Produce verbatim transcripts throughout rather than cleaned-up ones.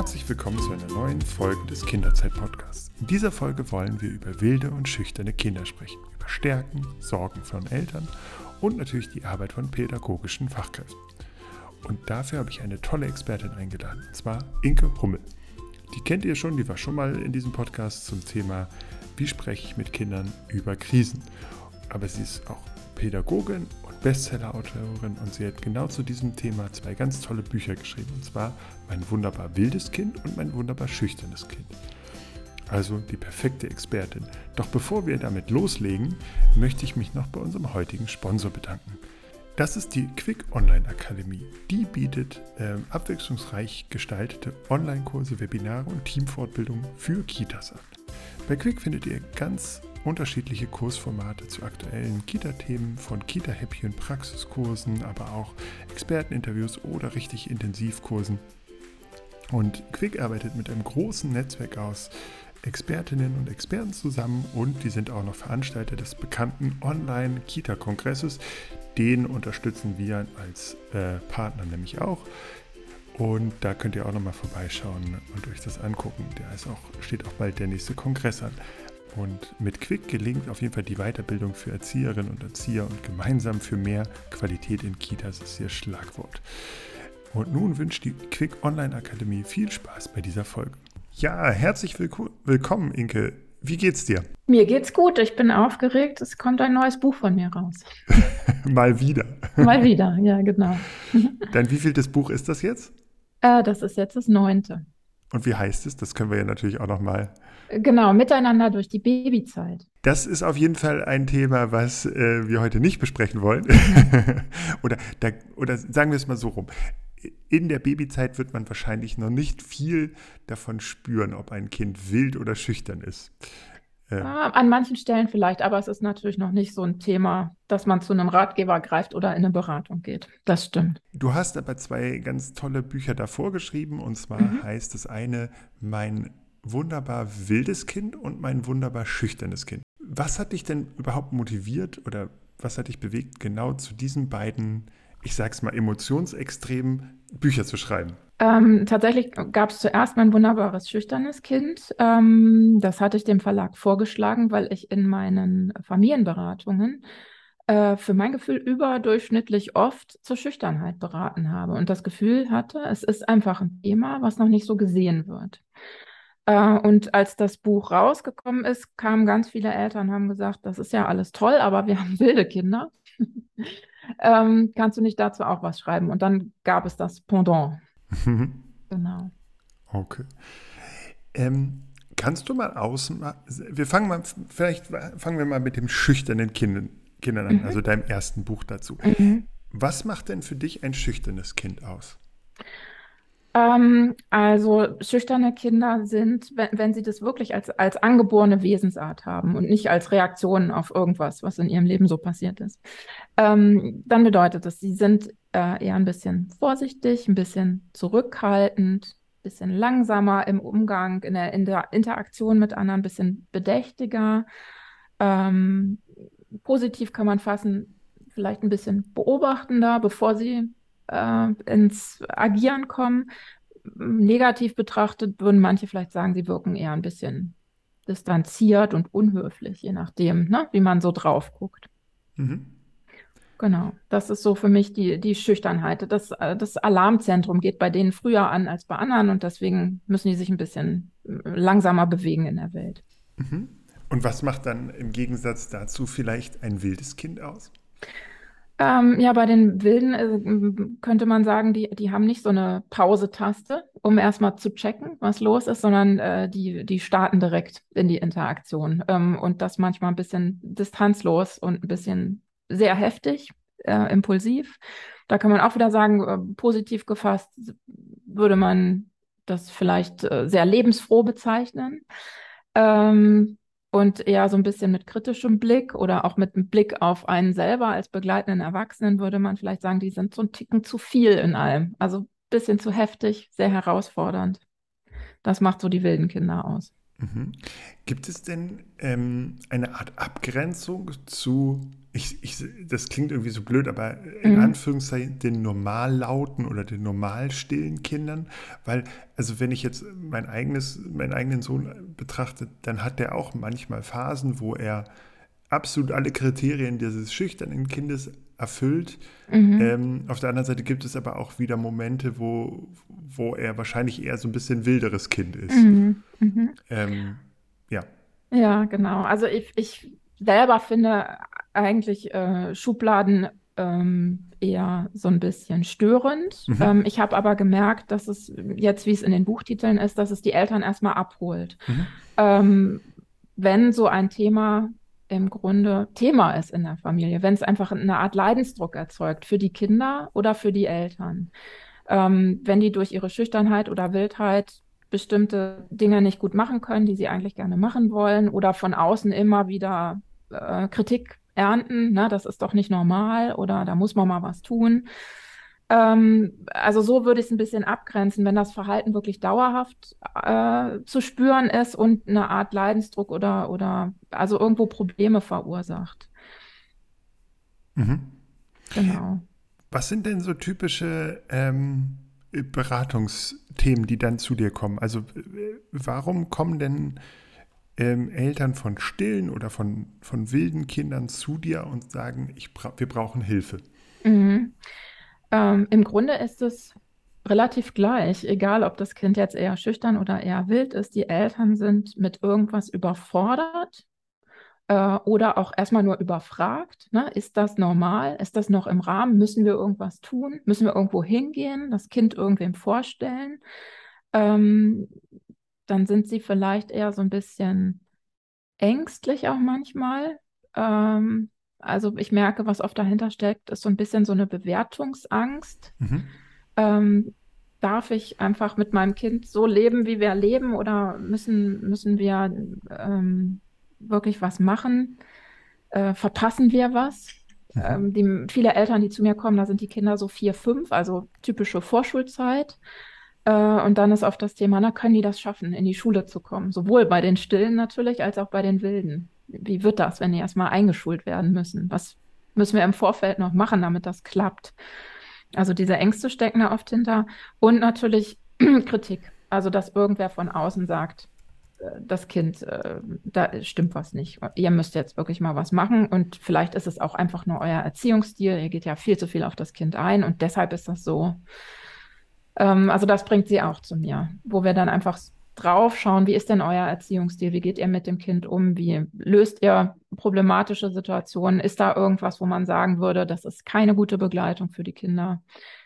Herzlich willkommen zu einer neuen Folge des Kinderzeit-Podcasts. In dieser Folge wollen wir über wilde und schüchterne Kinder sprechen, über Stärken, Sorgen von Eltern und natürlich die Arbeit von pädagogischen Fachkräften. Und dafür habe ich eine tolle Expertin eingeladen, und zwar Inke Hummel. Die kennt ihr schon, die war schon mal in diesem Podcast zum Thema, wie spreche ich mit Kindern über Krisen. Aber sie ist auch Pädagogin und Bestseller-Autorin und sie hat genau zu diesem Thema zwei ganz tolle Bücher geschrieben, und zwar Mein wunderbar wildes Kind und Mein wunderbar schüchternes Kind. Also die perfekte Expertin. Doch bevor wir damit loslegen, möchte ich mich noch bei unserem heutigen Sponsor bedanken. Das ist die Quick Online Akademie. Die bietet äh, abwechslungsreich gestaltete Online-Kurse, Webinare und Teamfortbildungen für Kitas an. Bei Quick findet ihr ganz unterschiedliche Kursformate zu aktuellen Kita-Themen, von Kita-Happy- und Praxiskursen, aber auch Experteninterviews oder richtig Intensivkursen. Und Quick arbeitet mit einem großen Netzwerk aus Expertinnen und Experten zusammen und die sind auch noch Veranstalter des bekannten Online-Kita-Kongresses. Den unterstützen wir als äh, Partner nämlich auch. Und da könnt ihr auch nochmal vorbeischauen und euch das angucken. Da ist auch, steht auch bald der nächste Kongress an. Und mit Quick gelingt auf jeden Fall die Weiterbildung für Erzieherinnen und Erzieher und gemeinsam für mehr Qualität in Kitas ist ihr Schlagwort. Und nun wünscht die Quick Online Akademie viel Spaß bei dieser Folge. Ja, herzlich willk- willkommen, Inke. Wie geht's dir? Mir geht's gut, ich bin aufgeregt. Es kommt ein neues Buch von mir raus. Mal wieder. Mal wieder, ja, genau. Dein wievieltes Buch ist das jetzt? Äh, das ist jetzt das neunte. Und wie heißt es? Das können wir ja natürlich auch nochmal. Genau, miteinander durch die Babyzeit. Das ist auf jeden Fall ein Thema, was äh, wir heute nicht besprechen wollen. oder, da, oder sagen wir es mal so rum. In der Babyzeit wird man wahrscheinlich noch nicht viel davon spüren, ob ein Kind wild oder schüchtern ist. Äh, ah, an manchen Stellen vielleicht, aber es ist natürlich noch nicht so ein Thema, dass man zu einem Ratgeber greift oder in eine Beratung geht. Das stimmt. Du hast aber zwei ganz tolle Bücher davor geschrieben, und zwar mhm. heißt das eine Mein wunderbar wildes Kind und Mein wunderbar schüchternes Kind. Was hat dich denn überhaupt motiviert oder was hat dich bewegt, genau zu diesen beiden, ich sag's mal, emotionsextremen Bücher zu schreiben? Ähm, tatsächlich gab es zuerst Mein wunderbares schüchternes Kind. Ähm, das hatte ich dem Verlag vorgeschlagen, weil ich in meinen Familienberatungen äh, für mein Gefühl überdurchschnittlich oft zur Schüchternheit beraten habe und das Gefühl hatte, es ist einfach ein Thema, was noch nicht so gesehen wird. Äh, und als das Buch rausgekommen ist, kamen ganz viele Eltern und haben gesagt, das ist ja alles toll, aber wir haben wilde Kinder. ähm, kannst du nicht dazu auch was schreiben? Und dann gab es das Pendant. Genau. Okay. Ähm, kannst du mal ausmachen, wir fangen mal, vielleicht fangen wir mal mit dem schüchternen Kindern, Kindern an, mhm. also deinem ersten Buch dazu. Mhm. Was macht denn für dich ein schüchternes Kind aus? Ähm, also schüchterne Kinder sind, wenn, wenn sie das wirklich als, als angeborene Wesensart haben und nicht als Reaktion auf irgendwas, was in ihrem Leben so passiert ist, ähm, dann bedeutet das, sie sind äh, eher ein bisschen vorsichtig, ein bisschen zurückhaltend, ein bisschen langsamer im Umgang, in der, in der Interaktion mit anderen, ein bisschen bedächtiger. Ähm, positiv kann man fassen, vielleicht ein bisschen beobachtender, bevor sie äh, ins Agieren kommen. Negativ betrachtet würden manche vielleicht sagen, sie wirken eher ein bisschen distanziert und unhöflich, je nachdem, ne, wie man so drauf guckt. Mhm. Genau, das ist so für mich die, die Schüchternheit. Das, das Alarmzentrum geht bei denen früher an als bei anderen und deswegen müssen die sich ein bisschen langsamer bewegen in der Welt. Mhm. Und was macht dann im Gegensatz dazu vielleicht ein wildes Kind aus? Ähm, ja, bei den Wilden äh, könnte man sagen, die, die haben nicht so eine Pause-Taste, um erstmal zu checken, was los ist, sondern äh, die, die starten direkt in die Interaktion. Ähm, und das manchmal ein bisschen distanzlos und ein bisschen sehr heftig, äh, impulsiv. Da kann man auch wieder sagen, äh, positiv gefasst würde man das vielleicht äh, sehr lebensfroh bezeichnen. Ähm, Und eher so ein bisschen mit kritischem Blick oder auch mit einem Blick auf einen selber als begleitenden Erwachsenen würde man vielleicht sagen, die sind so ein Ticken zu viel in allem. Also ein bisschen zu heftig, sehr herausfordernd. Das macht so die wilden Kinder aus. Mhm. Gibt es denn ähm, eine Art Abgrenzung zu, ich, ich, das klingt irgendwie so blöd, aber in Mhm. Anführungszeichen den Normallauten oder den normal stillen Kindern? Weil, also wenn ich jetzt mein eigenes, meinen eigenen Sohn betrachte, dann hat der auch manchmal Phasen, wo er absolut alle Kriterien dieses schüchternen Kindes erfüllt. Mhm. Ähm, auf der anderen Seite gibt es aber auch wieder Momente, wo, wo er wahrscheinlich eher so ein bisschen wilderes Kind ist. Mhm. Mhm. Ähm, ja. Ja, genau. Also ich, ich selber finde eigentlich äh, Schubladen ähm, eher so ein bisschen störend. Mhm. Ähm, ich habe aber gemerkt, dass es jetzt, wie es in den Buchtiteln ist, dass es die Eltern erstmal abholt. Mhm. Ähm, Wenn so ein Thema im Grunde Thema ist in der Familie, wenn es einfach eine Art Leidensdruck erzeugt für die Kinder oder für die Eltern. Ähm, wenn die durch ihre Schüchternheit oder Wildheit bestimmte Dinge nicht gut machen können, die sie eigentlich gerne machen wollen, oder von außen immer wieder äh, Kritik ernten, ne, das ist doch nicht normal oder da muss man mal was tun. Ähm, also so würde ich es ein bisschen abgrenzen, wenn das Verhalten wirklich dauerhaft äh, zu spüren ist und eine Art Leidensdruck oder, oder also irgendwo Probleme verursacht. Mhm. Genau. Was sind denn so typische ähm, Beratungsthemen, die dann zu dir kommen? Also äh, warum kommen denn ähm, Eltern von stillen oder von, von wilden Kindern zu dir und sagen, ich bra wir brauchen Hilfe? Mhm. Ähm, im Grunde ist es relativ gleich, egal ob das Kind jetzt eher schüchtern oder eher wild ist. Die Eltern sind mit irgendwas überfordert äh, oder auch erstmal nur überfragt. Ne? Ist das normal? Ist das noch im Rahmen? Müssen wir irgendwas tun? Müssen wir irgendwo hingehen? Das Kind irgendwem vorstellen? Ähm, Dann sind sie vielleicht eher so ein bisschen ängstlich auch manchmal. Ähm, also ich merke, was oft dahinter steckt, ist so ein bisschen so eine Bewertungsangst. Mhm. Ähm, Darf ich einfach mit meinem Kind so leben, wie wir leben, oder müssen, müssen wir ähm, wirklich was machen? Äh, verpassen wir was? Mhm. Ähm, die, viele Eltern, die zu mir kommen, da sind die Kinder so vier, fünf, also typische Vorschulzeit. Äh, und dann ist oft das Thema, na, können die das schaffen, in die Schule zu kommen? Sowohl bei den Stillen natürlich, als auch bei den Wilden. Wie wird das, wenn die erstmal eingeschult werden müssen? Was müssen wir im Vorfeld noch machen, damit das klappt? Also diese Ängste stecken da oft hinter. Und natürlich Kritik. Also, dass irgendwer von außen sagt, äh, das Kind, äh, da stimmt was nicht. Ihr müsst jetzt wirklich mal was machen. Und vielleicht ist es auch einfach nur euer Erziehungsstil. Ihr geht ja viel zu viel auf das Kind ein und deshalb ist das so. Ähm, also das bringt sie auch zu mir, wo wir dann einfach drauf schauen, wie ist denn euer Erziehungsstil? Wie geht ihr mit dem Kind um? Wie löst ihr problematische Situationen? Ist da irgendwas, wo man sagen würde, das ist keine gute Begleitung für die Kinder?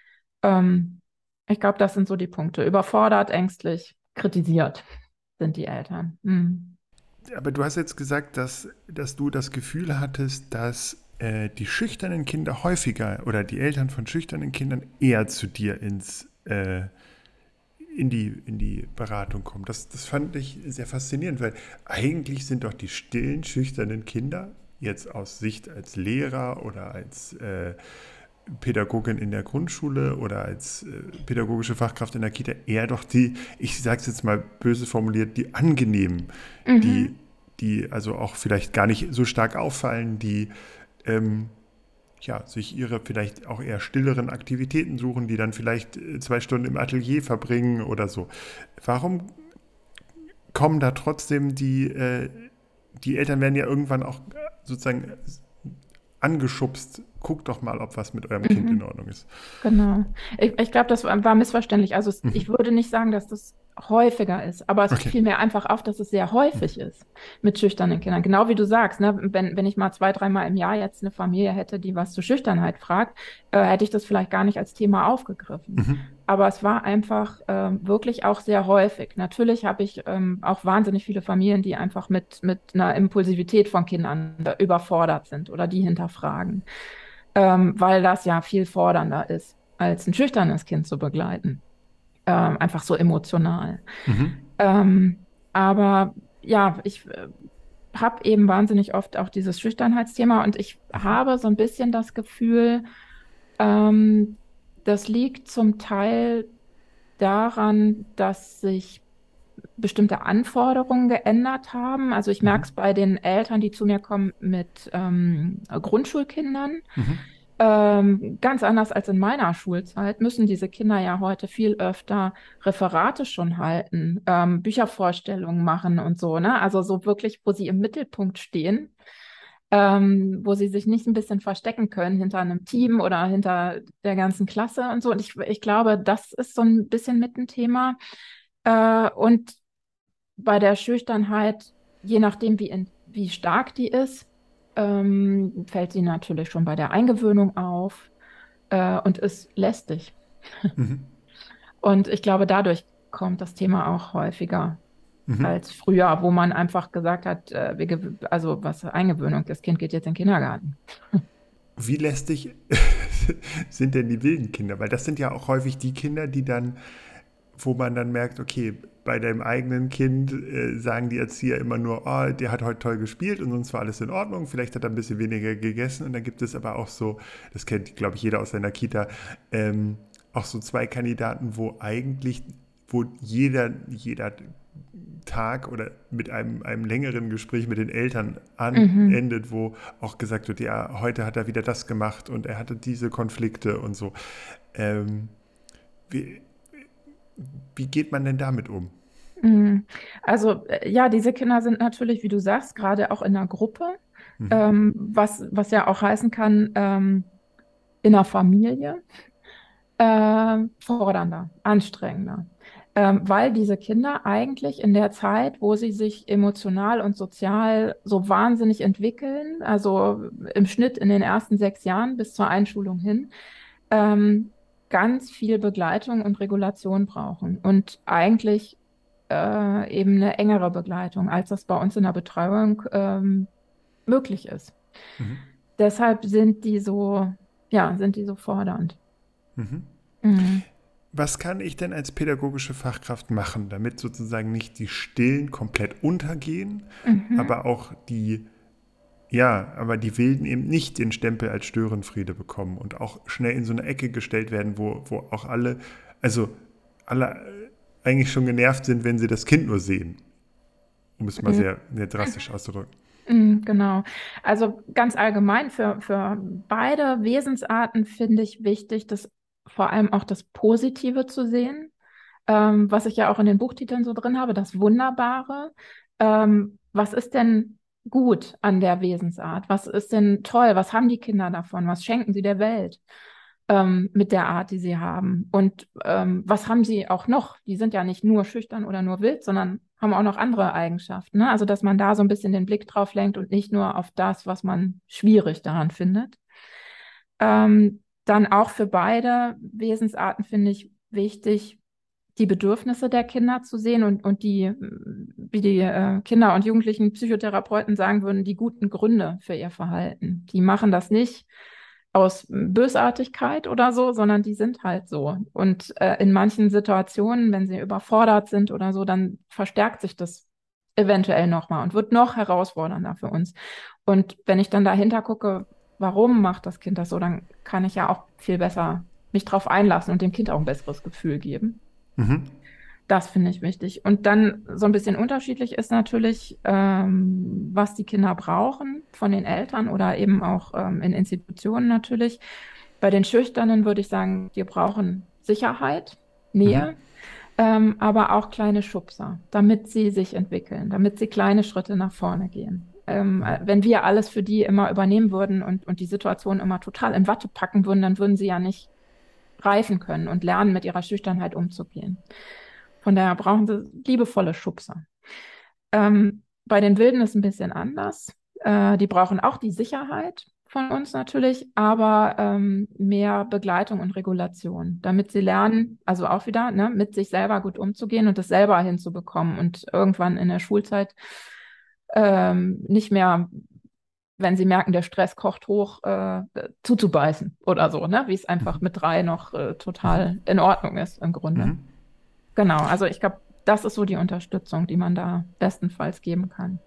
Ähm, Ich glaube, das sind so die Punkte. Überfordert, ängstlich, kritisiert sind die Eltern. Hm. Aber du hast jetzt gesagt, dass, dass du das Gefühl hattest, dass äh, die schüchternen Kinder häufiger oder die Eltern von schüchternen Kindern eher zu dir ins, äh, in, die, in die Beratung kommen. Das, das fand ich sehr faszinierend, weil eigentlich sind doch die stillen, schüchternen Kinder jetzt aus Sicht als Lehrer oder als äh, Pädagogin in der Grundschule oder als äh, pädagogische Fachkraft in der Kita eher doch die, ich sage es jetzt mal böse formuliert, die angenehmen, die, Mhm. die also auch vielleicht gar nicht so stark auffallen, die ähm, ja, sich ihre vielleicht auch eher stilleren Aktivitäten suchen, die dann vielleicht äh, zwei Stunden im Atelier verbringen oder so. Warum kommen da trotzdem die, äh, die Eltern werden ja irgendwann auch sozusagen angeschubst, guckt doch mal, ob was mit eurem Kind in Mhm. Ordnung ist. Genau. Ich, ich glaube, das war, war missverständlich. Also es, Mhm. ich würde nicht sagen, dass das häufiger ist, aber es Okay. fiel mir einfach auf, dass es sehr häufig ist mit schüchternen Kindern. Genau wie du sagst, ne? Wenn, wenn ich mal zwei, dreimal im Jahr jetzt eine Familie hätte, die was zur Schüchternheit fragt, äh, hätte ich das vielleicht gar nicht als Thema aufgegriffen. Mhm. Aber es war einfach ähm, wirklich auch sehr häufig. Natürlich habe ich ähm, auch wahnsinnig viele Familien, die einfach mit, mit einer Impulsivität von Kindern da überfordert sind oder die hinterfragen, ähm, weil das ja viel fordernder ist, als ein schüchternes Kind zu begleiten. Ähm, einfach so emotional. Mhm. Ähm, aber ja, ich äh, habe eben wahnsinnig oft auch dieses Schüchternheitsthema und ich habe so ein bisschen das Gefühl, ähm, das liegt zum Teil daran, dass sich bestimmte Anforderungen geändert haben. Also ich merke Mhm. es bei den Eltern, die zu mir kommen mit ähm, Grundschulkindern. Mhm. Ähm, ganz anders als in meiner Schulzeit müssen diese Kinder ja heute viel öfter Referate schon halten, ähm, Büchervorstellungen machen und so, ne? Also so wirklich, wo sie im Mittelpunkt stehen, ähm, wo sie sich nicht ein bisschen verstecken können hinter einem Team oder hinter der ganzen Klasse und so. Und ich, ich glaube, das ist so ein bisschen mit ein Thema. Äh, und bei der Schüchternheit, je nachdem, wie, in, wie stark die ist, ähm, fällt sie natürlich schon bei der Eingewöhnung auf äh, und ist lästig. Mhm. Und ich glaube, dadurch kommt das Thema auch häufiger Mhm. als früher, wo man einfach gesagt hat, äh, wir, gew- also was Eingewöhnung, das Kind geht jetzt in den Kindergarten. Wie lästig sind denn die wilden Kinder? Weil das sind ja auch häufig die Kinder, die dann, wo man dann merkt, okay, bei dem eigenen Kind äh, sagen die Erzieher immer nur, oh, der hat heute toll gespielt und sonst war alles in Ordnung. Vielleicht hat er ein bisschen weniger gegessen. Und dann gibt es aber auch so, das kennt, glaube ich, jeder aus seiner Kita, ähm, auch so zwei Kandidaten, wo eigentlich, wo jeder, jeder Tag oder mit einem, einem längeren Gespräch mit den Eltern Mhm. anendet, wo auch gesagt wird, ja, heute hat er wieder das gemacht und er hatte diese Konflikte und so. Ähm, wie, wie geht man denn damit um? Mhm. Also äh, ja, diese Kinder sind natürlich, wie du sagst, gerade auch in einer Gruppe, Mhm. ähm, was, was ja auch heißen kann, ähm, in einer Familie. äh, fordernder, anstrengender, ähm, weil diese Kinder eigentlich in der Zeit, wo sie sich emotional und sozial so wahnsinnig entwickeln, also im Schnitt in den ersten sechs Jahren bis zur Einschulung hin, ähm, ganz viel Begleitung und Regulation brauchen und eigentlich äh, eben eine engere Begleitung, als das bei uns in der Betreuung ähm, möglich ist. Mhm. Deshalb sind die so, ja, sind die so fordernd. Mhm. Mhm. Was kann ich denn als pädagogische Fachkraft machen, damit sozusagen nicht die Stillen komplett untergehen, Mhm. aber auch die, ja, aber die Wilden eben nicht den Stempel als Störenfriede bekommen und auch schnell in so eine Ecke gestellt werden, wo, wo auch alle, also alle eigentlich schon genervt sind, wenn sie das Kind nur sehen, um es mal Mhm. sehr, sehr drastisch auszudrücken. Mhm, genau. Also ganz allgemein für, für beide Wesensarten finde ich wichtig, das vor allem auch das Positive zu sehen, ähm, was ich ja auch in den Buchtiteln so drin habe, das Wunderbare. Ähm, was ist denn gut an der Wesensart? Was ist denn toll? Was haben die Kinder davon? Was schenken sie der Welt? Ähm, mit der Art, die sie haben. Und ähm, was haben sie auch noch? Die sind ja nicht nur schüchtern oder nur wild, sondern haben auch noch andere Eigenschaften. Ne? Also, dass man da so ein bisschen den Blick drauf lenkt und nicht nur auf das, was man schwierig daran findet. Ähm, dann auch für beide Wesensarten finde ich wichtig, die Bedürfnisse der Kinder zu sehen und, und die, wie die äh, Kinder- und Jugendlichen Psychotherapeuten sagen würden, die guten Gründe für ihr Verhalten. Die machen das nicht aus Bösartigkeit oder so, sondern die sind halt so. Und äh, in manchen Situationen, wenn sie überfordert sind oder so, dann verstärkt sich das eventuell nochmal und wird noch herausfordernder für uns. Und wenn ich dann dahinter gucke, warum macht das Kind das so, dann kann ich ja auch viel besser mich drauf einlassen und dem Kind auch ein besseres Gefühl geben. Mhm. Das finde ich wichtig. Und dann so ein bisschen unterschiedlich ist natürlich, ähm, was die Kinder brauchen von den Eltern oder eben auch ähm, in Institutionen natürlich. Bei den Schüchternen würde ich sagen, die brauchen Sicherheit, Mhm. Nähe, ähm, aber auch kleine Schubser, damit sie sich entwickeln, damit sie kleine Schritte nach vorne gehen. Ähm, äh, wenn wir alles für die immer übernehmen würden und, und die Situation immer total in Watte packen würden, dann würden sie ja nicht reifen können und lernen, mit ihrer Schüchternheit umzugehen. Von daher brauchen sie liebevolle Schubser. Ähm, bei den Wilden ist es ein bisschen anders. Äh, die brauchen auch die Sicherheit von uns natürlich, aber ähm, mehr Begleitung und Regulation, damit sie lernen, also auch wieder, ne, mit sich selber gut umzugehen und das selber hinzubekommen und irgendwann in der Schulzeit ähm, nicht mehr, wenn sie merken, der Stress kocht hoch, äh, zuzubeißen oder so, ne, wie es einfach Mhm. mit drei noch äh, Mhm. total in Ordnung ist im Grunde. Mhm. Genau, also ich glaube, das ist so die Unterstützung, die man da bestenfalls geben kann.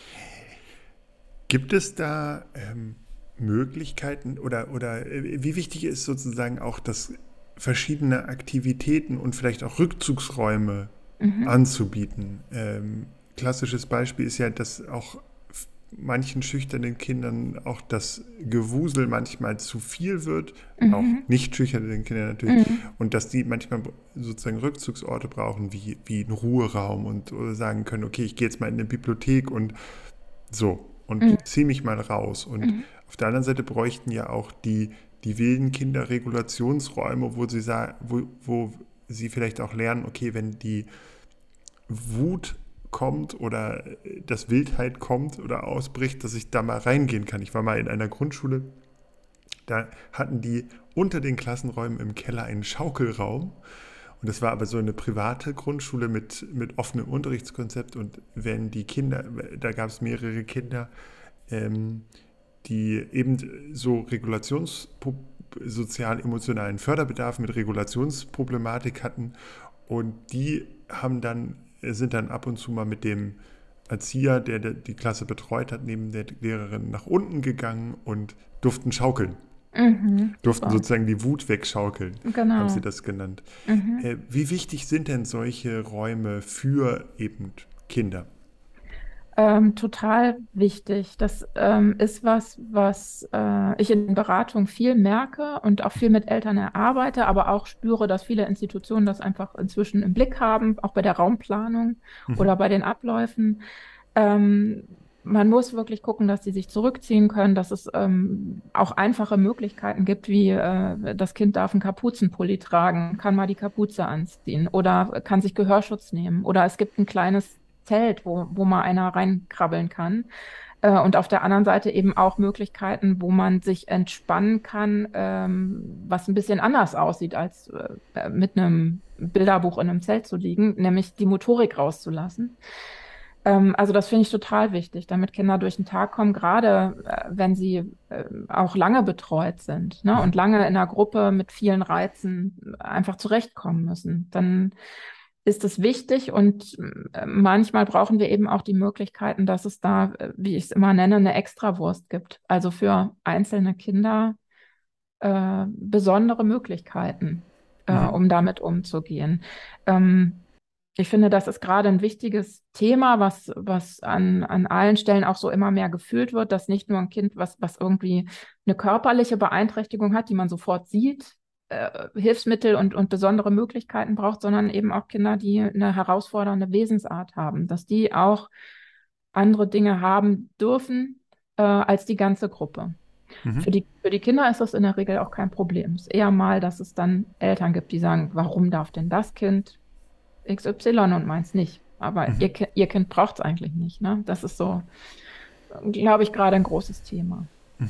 Gibt es da ähm, Möglichkeiten oder, oder äh, wie wichtig ist sozusagen auch, dass verschiedene Aktivitäten und vielleicht auch Rückzugsräume Mhm. anzubieten. Ähm, klassisches Beispiel ist ja, dass auch f- manchen schüchternen Kindern auch das Gewusel manchmal zu viel wird, auch Mhm. nicht schüchternen Kindern natürlich, Mhm. und dass die manchmal sozusagen Rückzugsorte brauchen, wie, wie einen Ruheraum und oder sagen können, okay, ich gehe jetzt mal in eine Bibliothek und so und Mhm. ziehe mich mal raus. Und Mhm. auf der anderen Seite bräuchten ja auch die, die wilden Kinder Regulationsräume, wo sie, sa- wo, wo sie vielleicht auch lernen, okay, wenn die Wut kommt oder das Wildheit kommt oder ausbricht, dass ich da mal reingehen kann. Ich war mal in einer Grundschule, da hatten die unter den Klassenräumen im Keller einen Schaukelraum. Und das war aber so eine private Grundschule mit, mit offenem Unterrichtskonzept. Und wenn die Kinder, da gab es mehrere Kinder, ähm, die eben so Regulations sozial-emotionalen Förderbedarf mit Regulationsproblematik hatten. Und die haben dann, sind dann ab und zu mal mit dem Erzieher, der die Klasse betreut hat, neben der Lehrerin nach unten gegangen und durften schaukeln. Mhm. Durften Super. sozusagen die Wut wegschaukeln, haben sie Genau. das genannt. Mhm. Äh, wie wichtig sind denn solche Räume für eben Kinder? Ähm, total wichtig. Das ähm, ist was, was äh, ich in Beratung viel merke und auch viel mit Eltern erarbeite, aber auch spüre, dass viele Institutionen das einfach inzwischen im Blick haben, auch bei der Raumplanung oder Mhm. bei den Abläufen. Ähm, Man muss wirklich gucken, dass sie sich zurückziehen können, dass es ähm, auch einfache Möglichkeiten gibt, wie äh, das Kind darf einen Kapuzenpulli tragen, kann mal die Kapuze anziehen oder kann sich Gehörschutz nehmen oder es gibt ein kleines Zelt, wo, wo mal einer reinkrabbeln kann. Äh, und auf der anderen Seite eben auch Möglichkeiten, wo man sich entspannen kann, ähm, was ein bisschen anders aussieht, als äh, mit einem Bilderbuch in einem Zelt zu liegen, nämlich die Motorik rauszulassen. Ähm, also das finde ich total wichtig, damit Kinder durch den Tag kommen, gerade äh, wenn sie äh, auch lange betreut sind, ne, und Mhm. lange in einer Gruppe mit vielen Reizen einfach zurechtkommen müssen. Dann ist es wichtig und äh, manchmal brauchen wir eben auch die Möglichkeiten, dass es da, äh, wie ich es immer nenne, eine Extrawurst gibt. Also für einzelne Kinder äh, besondere Möglichkeiten, äh, Mhm. um damit umzugehen. Ähm, Ich finde, das ist gerade ein wichtiges Thema, was, was an, an allen Stellen auch so immer mehr gefühlt wird, dass nicht nur ein Kind, was, was irgendwie eine körperliche Beeinträchtigung hat, die man sofort sieht, äh, Hilfsmittel und, und besondere Möglichkeiten braucht, sondern eben auch Kinder, die eine herausfordernde Wesensart haben, dass die auch andere Dinge haben dürfen, äh, als die ganze Gruppe. Für Mhm. die, für die Kinder ist das in der Regel auch kein Problem. Es ist eher mal, dass es dann Eltern gibt, die sagen, warum darf denn das Kind X Y und meins nicht? Aber Mhm. ihr, Ki- ihr Kind braucht es eigentlich nicht, ne? Das ist so, glaube ich, gerade ein großes Thema.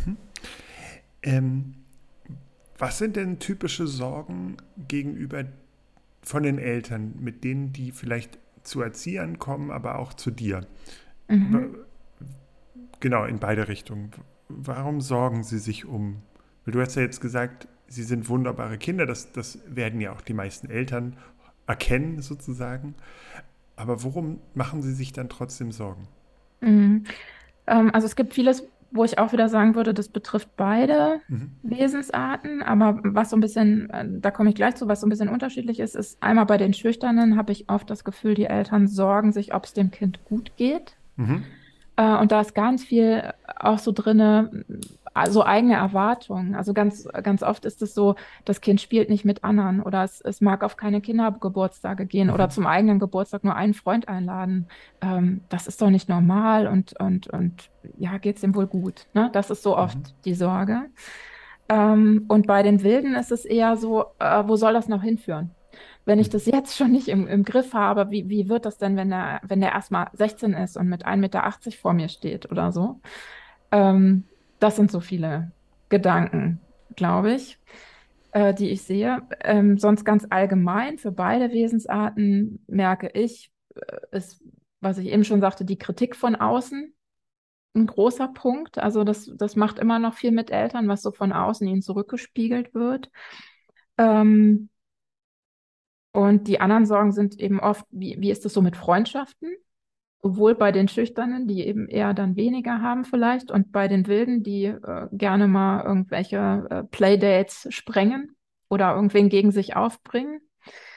Ähm, was sind denn typische Sorgen gegenüber von den Eltern, mit denen die vielleicht zu Erziehern kommen, aber auch zu dir? Mhm. Genau, in beide Richtungen. Warum sorgen sie sich um? Weil du hast ja jetzt gesagt, sie sind wunderbare Kinder, das, das werden ja auch die meisten Eltern erkennen sozusagen. Aber warum machen sie sich dann trotzdem Sorgen? Mhm. Ähm, also es gibt vieles, wo ich auch wieder sagen würde, das betrifft beide Mhm. Wesensarten, aber was so ein bisschen, äh, da komme ich gleich zu, was so ein bisschen unterschiedlich ist, ist einmal bei den Schüchternen habe ich oft das Gefühl, die Eltern sorgen sich, ob es dem Kind gut geht. Mhm. Äh, und da ist ganz viel auch so drinne, also eigene Erwartungen. Also ganz, ganz oft ist es so, das Kind spielt nicht mit anderen oder es, es mag auf keine Kindergeburtstage gehen oder Mhm. zum eigenen Geburtstag nur einen Freund einladen. Ähm, das ist doch nicht normal und, und, und ja, geht's ihm wohl gut? Ne? Das ist so Mhm. oft die Sorge. Ähm, und bei den Wilden ist es eher so, äh, wo soll das noch hinführen? Wenn ich das jetzt schon nicht im, im Griff habe, wie, wie wird das denn, wenn der, wenn der erstmal sechzehn ist und mit ein Meter achtzig vor mir steht oder so? Ähm, Das sind so viele Gedanken, glaube ich, äh, die ich sehe. Ähm, sonst ganz allgemein für beide Wesensarten merke ich, äh, ist, was ich eben schon sagte, die Kritik von außen ein großer Punkt. Also das, das macht immer noch viel mit Eltern, was so von außen ihnen zurückgespiegelt wird. Ähm, und die anderen Sorgen sind eben oft, wie, wie ist es so mit Freundschaften? Sowohl bei den Schüchternen, die eben eher dann weniger haben vielleicht, und bei den Wilden, die äh, gerne mal irgendwelche äh, Playdates sprengen oder irgendwen gegen sich aufbringen.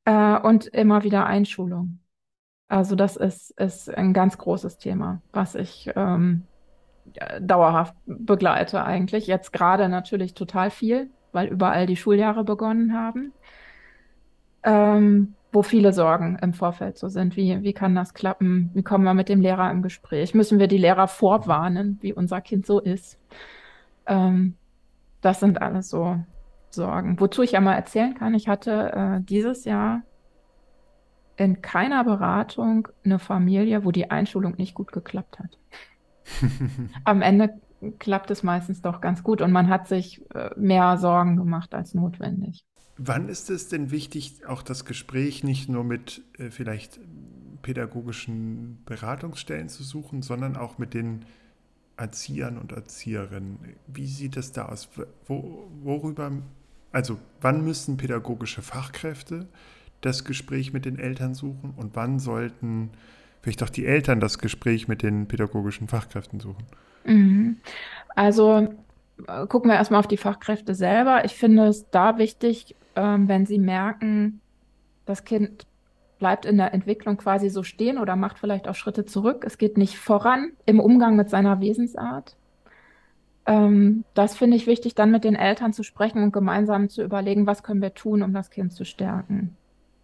Äh, und immer wieder Einschulung. Also das ist, ist ein ganz großes Thema, was ich ähm, äh, dauerhaft begleite eigentlich. Jetzt gerade natürlich total viel, weil überall die Schuljahre begonnen haben, ähm, wo viele Sorgen im Vorfeld so sind. Wie, wie kann das klappen? Wie kommen wir mit dem Lehrer im Gespräch? Müssen wir die Lehrer vorwarnen, wie unser Kind so ist? Ähm, Das sind alles so Sorgen. Wozu ich ja mal erzählen kann, ich hatte äh, dieses Jahr in keiner Beratung eine Familie, wo die Einschulung nicht gut geklappt hat. Am Ende klappt es meistens doch ganz gut und man hat sich äh, mehr Sorgen gemacht als notwendig. Wann ist es denn wichtig, auch das Gespräch nicht nur mit äh, vielleicht pädagogischen Beratungsstellen zu suchen, sondern auch mit den Erziehern und Erzieherinnen? Wie sieht es da aus? Wo, worüber, also wann müssen pädagogische Fachkräfte das Gespräch mit den Eltern suchen und wann sollten vielleicht auch die Eltern das Gespräch mit den pädagogischen Fachkräften suchen? Mhm. Also äh, gucken wir erstmal auf die Fachkräfte selber. Ich finde es da wichtig, ähm, wenn sie merken, das Kind bleibt in der Entwicklung quasi so stehen oder macht vielleicht auch Schritte zurück. Es geht nicht voran im Umgang mit seiner Wesensart. Ähm, das finde ich wichtig, dann mit den Eltern zu sprechen und gemeinsam zu überlegen, was können wir tun, um das Kind zu stärken.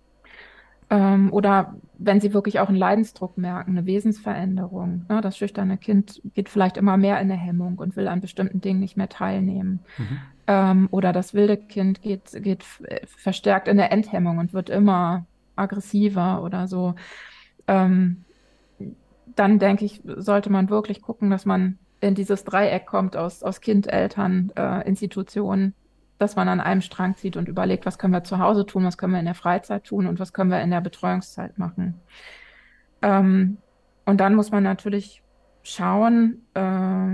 Ähm, oder wenn sie wirklich auch einen Leidensdruck merken, eine Wesensveränderung. Ne? Das schüchterne Kind geht vielleicht immer mehr in eine Hemmung und will an bestimmten Dingen nicht mehr teilnehmen. Mhm. Ähm, oder das wilde Kind geht, geht f- äh, verstärkt in eine Enthemmung und wird immer aggressiver oder so. Ähm, Dann denke ich, sollte man wirklich gucken, dass man in dieses Dreieck kommt aus, aus Kind, Eltern, äh, Institutionen, dass man an einem Strang zieht und überlegt, was können wir zu Hause tun, was können wir in der Freizeit tun und was können wir in der Betreuungszeit machen. Ähm, und dann muss man natürlich schauen, äh,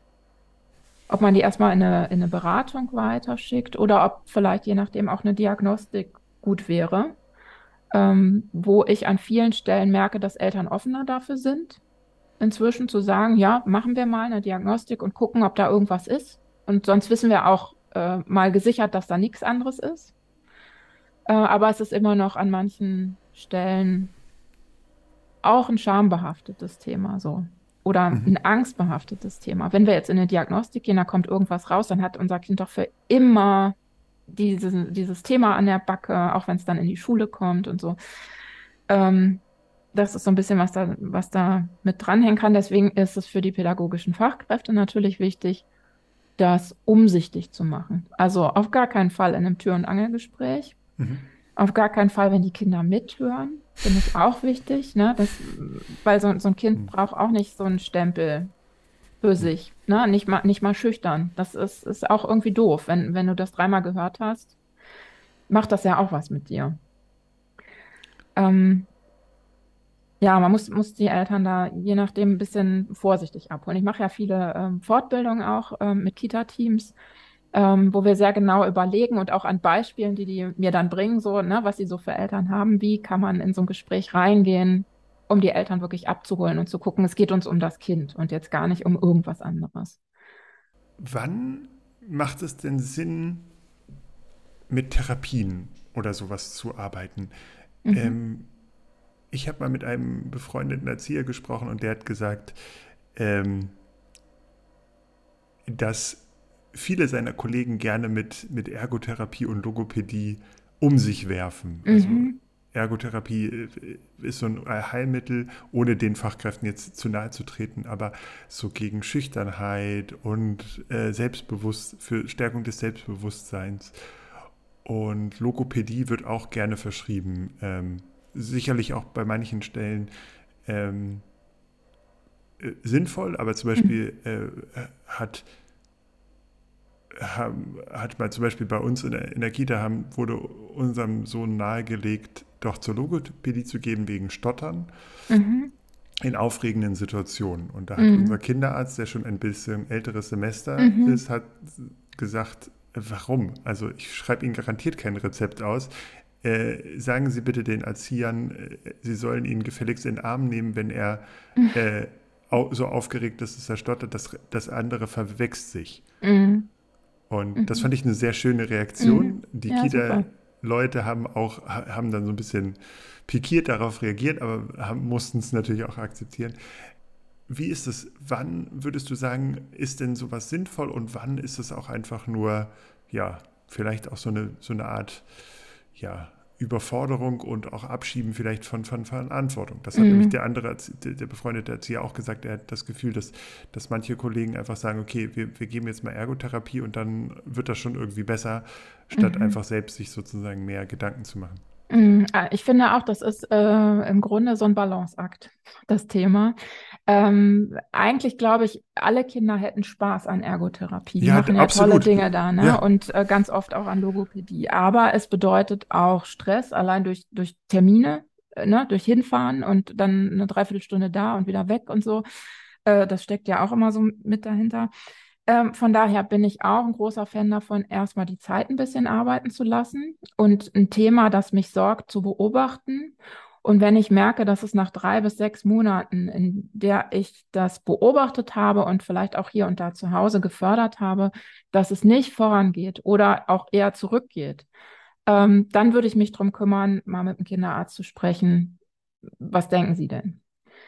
ob man die erstmal in eine, in eine Beratung weiterschickt oder ob vielleicht je nachdem auch eine Diagnostik gut wäre, ähm, wo ich an vielen Stellen merke, dass Eltern offener dafür sind inzwischen zu sagen, ja, machen wir mal eine Diagnostik und gucken, ob da irgendwas ist. Und sonst wissen wir auch äh, mal gesichert, dass da nichts anderes ist. Äh, aber es ist immer noch an manchen Stellen auch ein schambehaftetes Thema so. Oder Mhm. ein angstbehaftetes Thema. Wenn wir jetzt in eine Diagnostik gehen, da kommt irgendwas raus, dann hat unser Kind doch für immer dieses, dieses Thema an der Backe, auch wenn es dann in die Schule kommt und so. Ähm, Das ist so ein bisschen, was da, was da mit dranhängen kann. Deswegen ist es für die pädagogischen Fachkräfte natürlich wichtig, das umsichtig zu machen. Also auf gar keinen Fall in einem Tür- und Angelgespräch. Mhm. Auf gar keinen Fall, wenn die Kinder mithören. Finde ich auch wichtig, ne? Das, weil so, so ein Kind Mhm. braucht auch nicht so einen Stempel für sich, ne? Nicht mal, nicht mal schüchtern. Das ist, ist auch irgendwie doof. Wenn, wenn du das dreimal gehört hast, macht das ja auch was mit dir. Ähm, Ja, man muss, muss die Eltern da je nachdem ein bisschen vorsichtig abholen. Ich mache ja viele ähm, Fortbildungen auch ähm, mit Kita-Teams, ähm, wo wir sehr genau überlegen und auch an Beispielen, die die mir dann bringen, so, ne, was sie so für Eltern haben, wie kann man in so ein Gespräch reingehen, um die Eltern wirklich abzuholen und zu gucken, es geht uns um das Kind und jetzt gar nicht um irgendwas anderes. Wann macht es denn Sinn, mit Therapien oder sowas zu arbeiten? Mhm. Ähm, ich habe mal mit einem befreundeten Erzieher gesprochen und der hat gesagt, ähm, dass viele seiner Kollegen gerne mit, mit Ergotherapie und Logopädie um sich werfen. Also Mhm. Ergotherapie äh, ist so ein Heilmittel, ohne den Fachkräften jetzt zu nahe zu treten, aber so gegen Schüchternheit und äh, Selbstbewusst für Stärkung des Selbstbewusstseins. Und Logopädie wird auch gerne verschrieben. Ähm, sicherlich auch bei manchen Stellen ähm, äh, sinnvoll, aber zum Mhm. Beispiel äh, hat haben, hat mal zum Beispiel bei uns in der, in der Kita haben, wurde unserem Sohn nahegelegt, doch zur Logopädie zu gehen wegen Stottern Mhm. in aufregenden Situationen. Und da hat unser Mhm. Kinderarzt, der schon ein bisschen älteres Semester Mhm. ist, hat gesagt, warum? Also ich schreibe Ihnen garantiert kein Rezept aus. Äh, sagen Sie bitte den Erziehern, äh, Sie sollen ihn gefälligst in den Arm nehmen, wenn er äh, au so aufgeregt ist, dass er stottert, das, das andere verwechselt sich. Mhm. Und das Mhm. fand ich eine sehr schöne Mhm. Reaktion. Die Ja, Kita super. Leute haben auch, haben dann so ein bisschen pikiert darauf reagiert, aber haben, mussten es natürlich auch akzeptieren. Wie ist es? Wann würdest du sagen, ist denn sowas sinnvoll und wann ist es auch einfach nur, ja, vielleicht auch so eine, so eine Art, ja, Überforderung und auch Abschieben vielleicht von, von Verantwortung. Das hat nämlich Mhm. der andere, der, der befreundete Erzieher auch gesagt, er hat das Gefühl, dass, dass manche Kollegen einfach sagen, okay, wir, wir geben jetzt mal Ergotherapie und dann wird das schon irgendwie besser, statt Mhm. einfach selbst sich sozusagen mehr Gedanken zu machen. Mm, ah, Ich finde auch, das ist äh, im Grunde so ein Balanceakt, das Thema. Ähm, eigentlich glaube ich, alle Kinder hätten Spaß an Ergotherapie. Die Ja, machen ja tolle absolut. Dinge da, ne? Ja, Und äh, ganz oft auch an Logopädie. Aber es bedeutet auch Stress, allein durch, durch Termine, äh, ne? Durch Hinfahren und dann eine Dreiviertelstunde da und wieder weg und so. Äh, das steckt ja auch immer so mit dahinter. Ähm, von daher bin ich auch ein großer Fan davon, erstmal die Zeit ein bisschen arbeiten zu lassen und ein Thema, das mich sorgt, zu beobachten. Und wenn ich merke, dass es nach drei bis sechs Monaten, in der ich das beobachtet habe und vielleicht auch hier und da zu Hause gefördert habe, dass es nicht vorangeht oder auch eher zurückgeht, ähm, dann würde ich mich darum kümmern, mal mit dem Kinderarzt zu sprechen. Was denken Sie denn?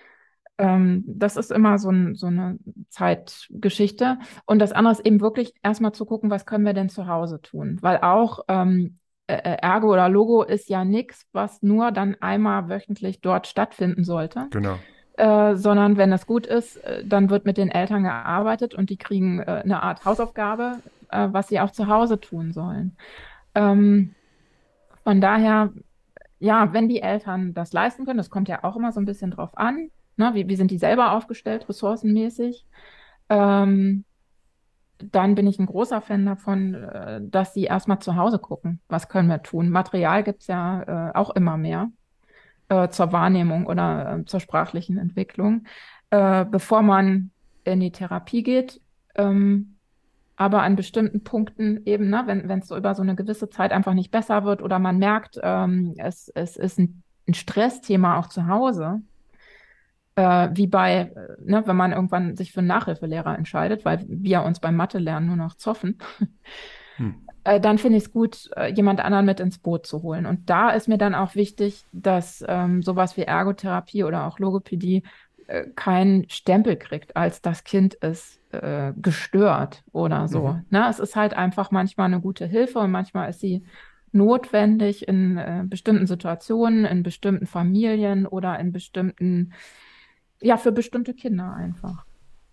Ähm, das ist immer so, ein, so eine Zeitgeschichte. Und das andere ist eben wirklich erstmal zu gucken, was können wir denn zu Hause tun? Weil auch ähm, äh, äh, Ergo oder Logo ist ja nichts, was nur dann einmal wöchentlich dort stattfinden sollte. genau. Äh, sondern wenn das gut ist, äh, dann wird mit den Eltern gearbeitet und die kriegen äh, eine Art Hausaufgabe, äh, was sie auch zu Hause tun sollen. Ähm, von daher, ja, wenn die Eltern das leisten können, das kommt ja auch immer so ein bisschen drauf an, ne? Wie, wie sind die selber aufgestellt, ressourcenmäßig? Ähm, Dann bin ich ein großer Fan davon, äh, dass sie erstmal zu Hause gucken, was können wir tun. Material gibt es ja äh, auch immer mehr äh, zur Wahrnehmung oder äh, zur sprachlichen Entwicklung, äh, bevor man in die Therapie geht. Ähm, aber an bestimmten Punkten eben, ne, wenn wenn es so über so eine gewisse Zeit einfach nicht besser wird oder man merkt, ähm, es, es ist ein, ein Stressthema auch zu Hause, äh, wie bei, äh, ne, wenn man irgendwann sich für einen Nachhilfelehrer entscheidet, weil wir uns beim Mathe-Lernen nur noch zoffen, Hm. äh, dann finde ich es gut, äh, jemand anderen mit ins Boot zu holen. Und da ist mir dann auch wichtig, dass ähm, sowas wie Ergotherapie oder auch Logopädie äh, keinen Stempel kriegt, als das Kind ist äh, gestört oder Mhm. so. Ne? Es ist halt einfach manchmal eine gute Hilfe und manchmal ist sie notwendig in äh, bestimmten Situationen, in bestimmten Familien oder in bestimmten, ja, für bestimmte Kinder einfach.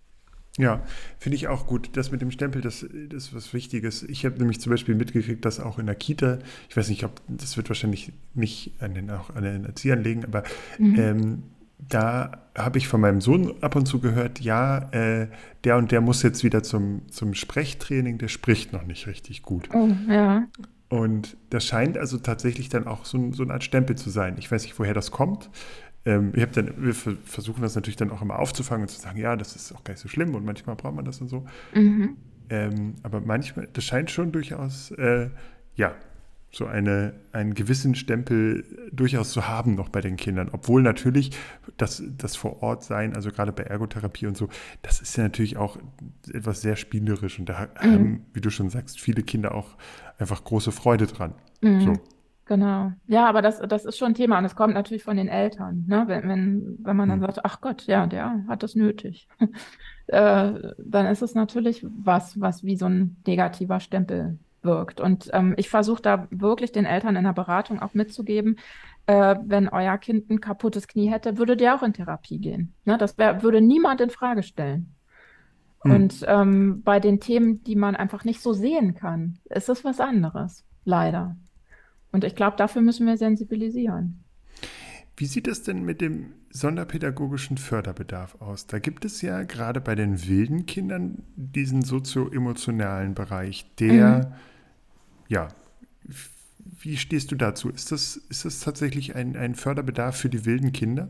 Ja, finde ich auch gut. Das mit dem Stempel, das, das ist was Wichtiges. Ich habe nämlich zum Beispiel mitgekriegt, dass auch in der Kita, ich weiß nicht, ob das wird wahrscheinlich nicht an den, auch an den Erziehern liegen, aber Mhm. ähm, da habe ich von meinem Sohn ab und zu gehört, ja, äh, der und der muss jetzt wieder zum, zum Sprechtraining, der spricht noch nicht richtig gut. Oh, ja. Und das scheint also tatsächlich dann auch so, ein, so eine Art Stempel zu sein. Ich weiß nicht, woher das kommt. Ähm, ich hab dann, wir versuchen das natürlich dann auch immer aufzufangen und zu sagen, ja, das ist auch gar nicht so schlimm und manchmal braucht man das und so. Mhm. Ähm, aber manchmal, das scheint schon durchaus, äh, ja, so eine, einen gewissen Stempel durchaus zu haben noch bei den Kindern. Obwohl natürlich das, das vor Ort sein, also gerade bei Ergotherapie und so, das ist ja natürlich auch etwas sehr spielerisch. Und da Mhm. haben, wie du schon sagst, viele Kinder auch einfach große Freude dran. So. Mhm. Genau. Ja, aber das, das ist schon ein Thema und es kommt natürlich von den Eltern, ne? Wenn, wenn, wenn man dann Hm. sagt, ach Gott, ja, der hat das nötig, äh, dann ist es natürlich was, was wie so ein negativer Stempel wirkt. Und ähm, ich versuche da wirklich den Eltern in der Beratung auch mitzugeben, äh, wenn euer Kind ein kaputtes Knie hätte, würde der auch in Therapie gehen. Ne? Das wär, würde niemand in Frage stellen. Hm. Und ähm, bei den Themen, die man einfach nicht so sehen kann, ist es was anderes, leider. Und ich glaube, dafür müssen wir sensibilisieren. Wie sieht es denn mit dem sonderpädagogischen Förderbedarf aus? Da gibt es ja gerade bei den wilden Kindern diesen sozioemotionalen Bereich, Mhm. der, ja, wie stehst du dazu? Ist das, ist das tatsächlich ein, ein Förderbedarf für die wilden Kinder?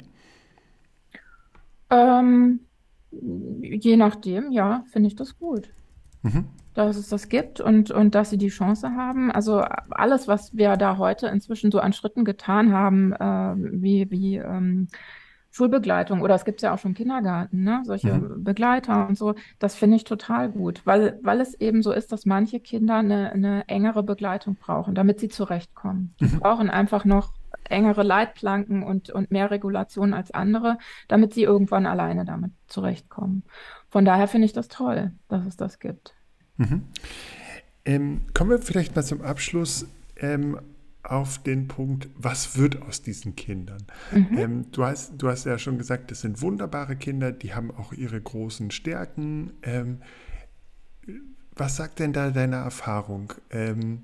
Ähm, Je nachdem, ja, finde ich das gut, Mhm. dass es das gibt und, und dass sie die Chance haben. Also alles, was wir da heute inzwischen so an Schritten getan haben, äh, wie, wie ähm, Schulbegleitung oder es gibt ja auch schon Kindergarten, ne? Solche Mhm. Begleiter und so. Das finde ich total gut, weil, weil es eben so ist, dass manche Kinder eine, eine engere Begleitung brauchen, damit sie zurechtkommen. Die Mhm. brauchen einfach noch engere Leitplanken und, und mehr Regulation als andere, damit sie irgendwann alleine damit zurechtkommen. Von daher finde ich das toll, dass es das gibt. Mhm. Ähm, kommen wir vielleicht mal zum Abschluss ähm, auf den Punkt, was wird aus diesen Kindern? Mhm. Ähm, du hast, du hast ja schon gesagt, das sind wunderbare Kinder, die haben auch ihre großen Stärken. Ähm, was sagt denn da deine Erfahrung? Ähm,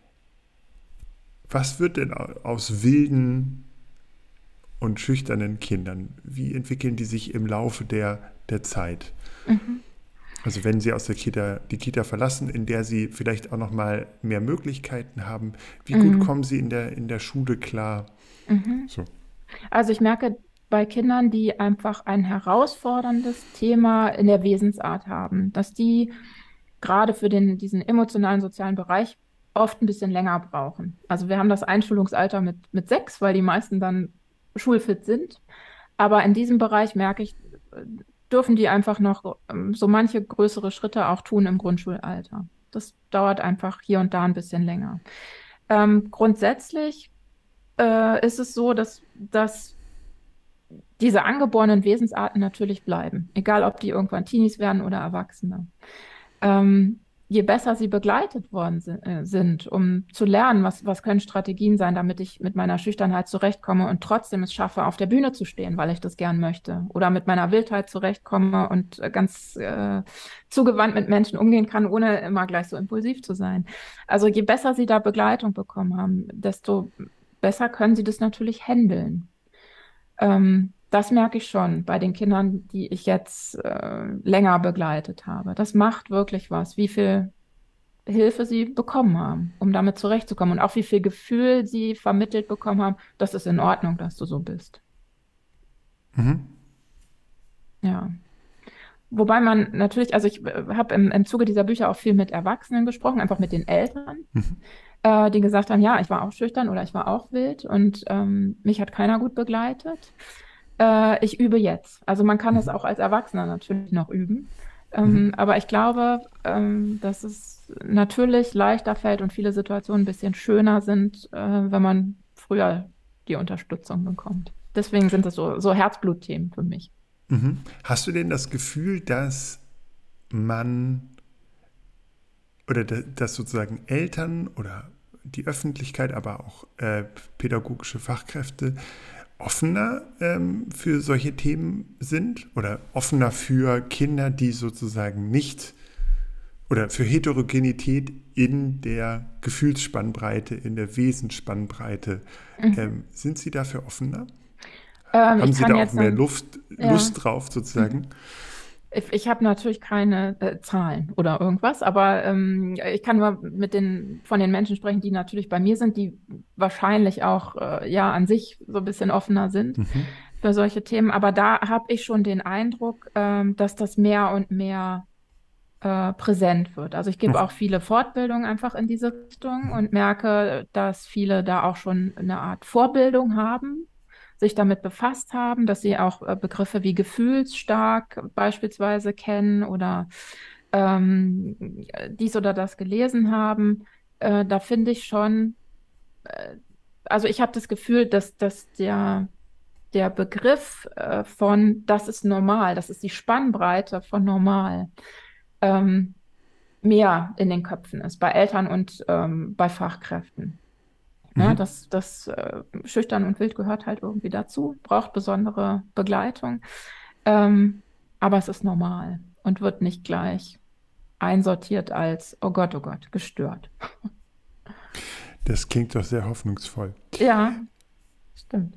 was wird denn aus wilden und schüchternen Kindern? Wie entwickeln die sich im Laufe der, der Zeit? Mhm. Also wenn sie aus der Kita, die Kita verlassen, in der sie vielleicht auch noch mal mehr Möglichkeiten haben, wie gut Mhm. kommen sie in der, in der Schule klar? Mhm. So. Also ich merke bei Kindern, die einfach ein herausforderndes Thema in der Wesensart haben, dass die gerade für den, diesen emotionalen sozialen Bereich oft ein bisschen länger brauchen. Also wir haben das Einschulungsalter mit, mit sechs, weil die meisten dann schulfit sind. Aber in diesem Bereich merke ich, äh, dürfen die einfach noch ähm, so manche größere Schritte auch tun im Grundschulalter. Das dauert einfach hier und da ein bisschen länger. Ähm, grundsätzlich äh, ist es so, dass, dass diese angeborenen Wesensarten natürlich bleiben, egal ob die irgendwann Teenies werden oder Erwachsene. Ähm, je besser sie begleitet worden si äh, sind, um zu lernen, was, was können Strategien sein, damit ich mit meiner Schüchternheit zurechtkomme und trotzdem es schaffe, auf der Bühne zu stehen, weil ich das gern möchte, oder mit meiner Wildheit zurechtkomme und äh, ganz äh, zugewandt mit Menschen umgehen kann, ohne immer gleich so impulsiv zu sein. Also je besser sie da Begleitung bekommen haben, desto besser können sie das natürlich handeln. Ähm, das merke ich schon bei den Kindern, die ich jetzt äh, länger begleitet habe. Das macht wirklich was, wie viel Hilfe sie bekommen haben, um damit zurechtzukommen und auch wie viel Gefühl sie vermittelt bekommen haben, das ist in Ordnung, dass du so bist. Mhm. Ja. Wobei man natürlich, also ich äh, habe im, im Zuge dieser Bücher auch viel mit Erwachsenen gesprochen, einfach mit den Eltern, äh, die gesagt haben, ja, ich war auch schüchtern oder ich war auch wild und ähm, mich hat keiner gut begleitet. Äh, ich übe jetzt. Also man kann es auch als Erwachsener natürlich noch üben. Ähm, Mhm. aber ich glaube, ähm, dass es natürlich leichter fällt und viele Situationen ein bisschen schöner sind, äh, wenn man früher die Unterstützung bekommt. Deswegen sind das so, so Herzblutthemen für mich. Mhm. Hast du denn das Gefühl, dass man oder da- dass sozusagen Eltern oder die Öffentlichkeit, aber auch äh, pädagogische Fachkräfte offener ähm, für solche Themen sind oder offener für Kinder, die sozusagen nicht oder für Heterogenität in der Gefühlsspannbreite, in der Wesensspannbreite. Mhm. Ähm, sind Sie dafür offener? Ähm, Haben ich Sie kann da auch jetzt, mehr ähm, Luft, ja. Lust drauf sozusagen? Mhm. Ich, ich habe natürlich keine äh, Zahlen oder irgendwas, aber ähm, ich kann nur mit den, von den Menschen sprechen, die natürlich bei mir sind, die wahrscheinlich auch äh, ja an sich so ein bisschen offener sind Mhm. für solche Themen. Aber da habe ich schon den Eindruck, ähm, dass das mehr und mehr äh, präsent wird. Also ich gebe Okay. auch viele Fortbildungen einfach in diese Richtung und merke, dass viele da auch schon eine Art Vorbildung haben, sich damit befasst haben, dass sie auch äh, Begriffe wie gefühlsstark beispielsweise kennen oder ähm, dies oder das gelesen haben. Äh, da finde ich schon, äh, also ich habe das Gefühl, dass, dass der, der Begriff äh, von das ist normal, das ist die Spannbreite von normal, ähm, mehr in den Köpfen ist, bei Eltern und ähm, bei Fachkräften. Ne, Mhm. das das äh, Schüchtern und Wild gehört halt irgendwie dazu, braucht besondere Begleitung. Ähm, aber es ist normal und wird nicht gleich einsortiert als, oh Gott, oh Gott, gestört. Das klingt doch sehr hoffnungsvoll. Ja, stimmt.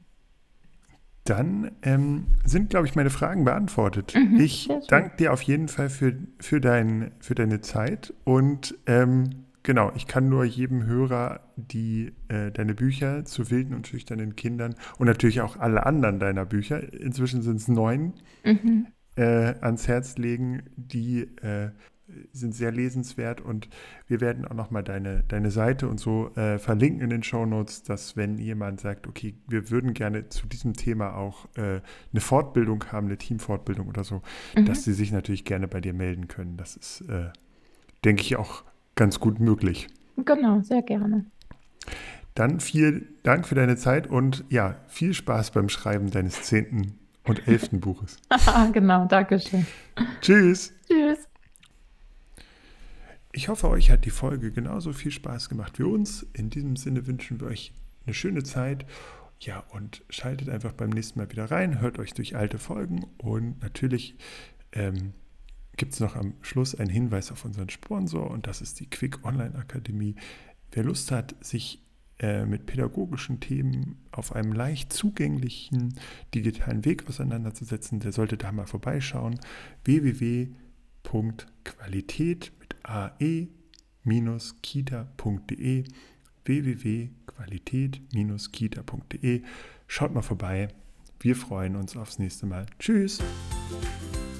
Dann ähm, sind, glaube ich, meine Fragen beantwortet. Mhm, Ich sehr schön. danke dir auf jeden Fall für, für, dein, für deine Zeit und ähm, genau, ich kann nur jedem Hörer die äh, deine Bücher zu wilden und schüchternen Kindern und natürlich auch alle anderen deiner Bücher, inzwischen sind es neun, Mhm. äh, ans Herz legen, die äh, sind sehr lesenswert und wir werden auch nochmal deine, deine Seite und so äh, verlinken in den Shownotes, dass wenn jemand sagt, okay, wir würden gerne zu diesem Thema auch äh, eine Fortbildung haben, eine Teamfortbildung oder so, Mhm. dass sie sich natürlich gerne bei dir melden können. Das ist, äh, denke ich, auch ganz gut möglich. Genau, sehr gerne. Dann vielen Dank für deine Zeit und ja, viel Spaß beim Schreiben deines zehnten und elften Buches. Genau, danke schön. Tschüss! Tschüss. Ich hoffe, euch hat die Folge genauso viel Spaß gemacht wie uns. In diesem Sinne wünschen wir euch eine schöne Zeit. Ja, und schaltet einfach beim nächsten Mal wieder rein, hört euch durch alte Folgen und natürlich ähm, gibt es noch am Schluss einen Hinweis auf unseren Sponsor und das ist die Quick Online Akademie. Wer Lust hat, sich äh, mit pädagogischen Themen auf einem leicht zugänglichen digitalen Weg auseinanderzusetzen, der sollte da mal vorbeischauen. w w w punkt qualität mit ae kita punkt de w w w punkt qualität kita punkt de. Schaut mal vorbei. Wir freuen uns aufs nächste Mal. Tschüss!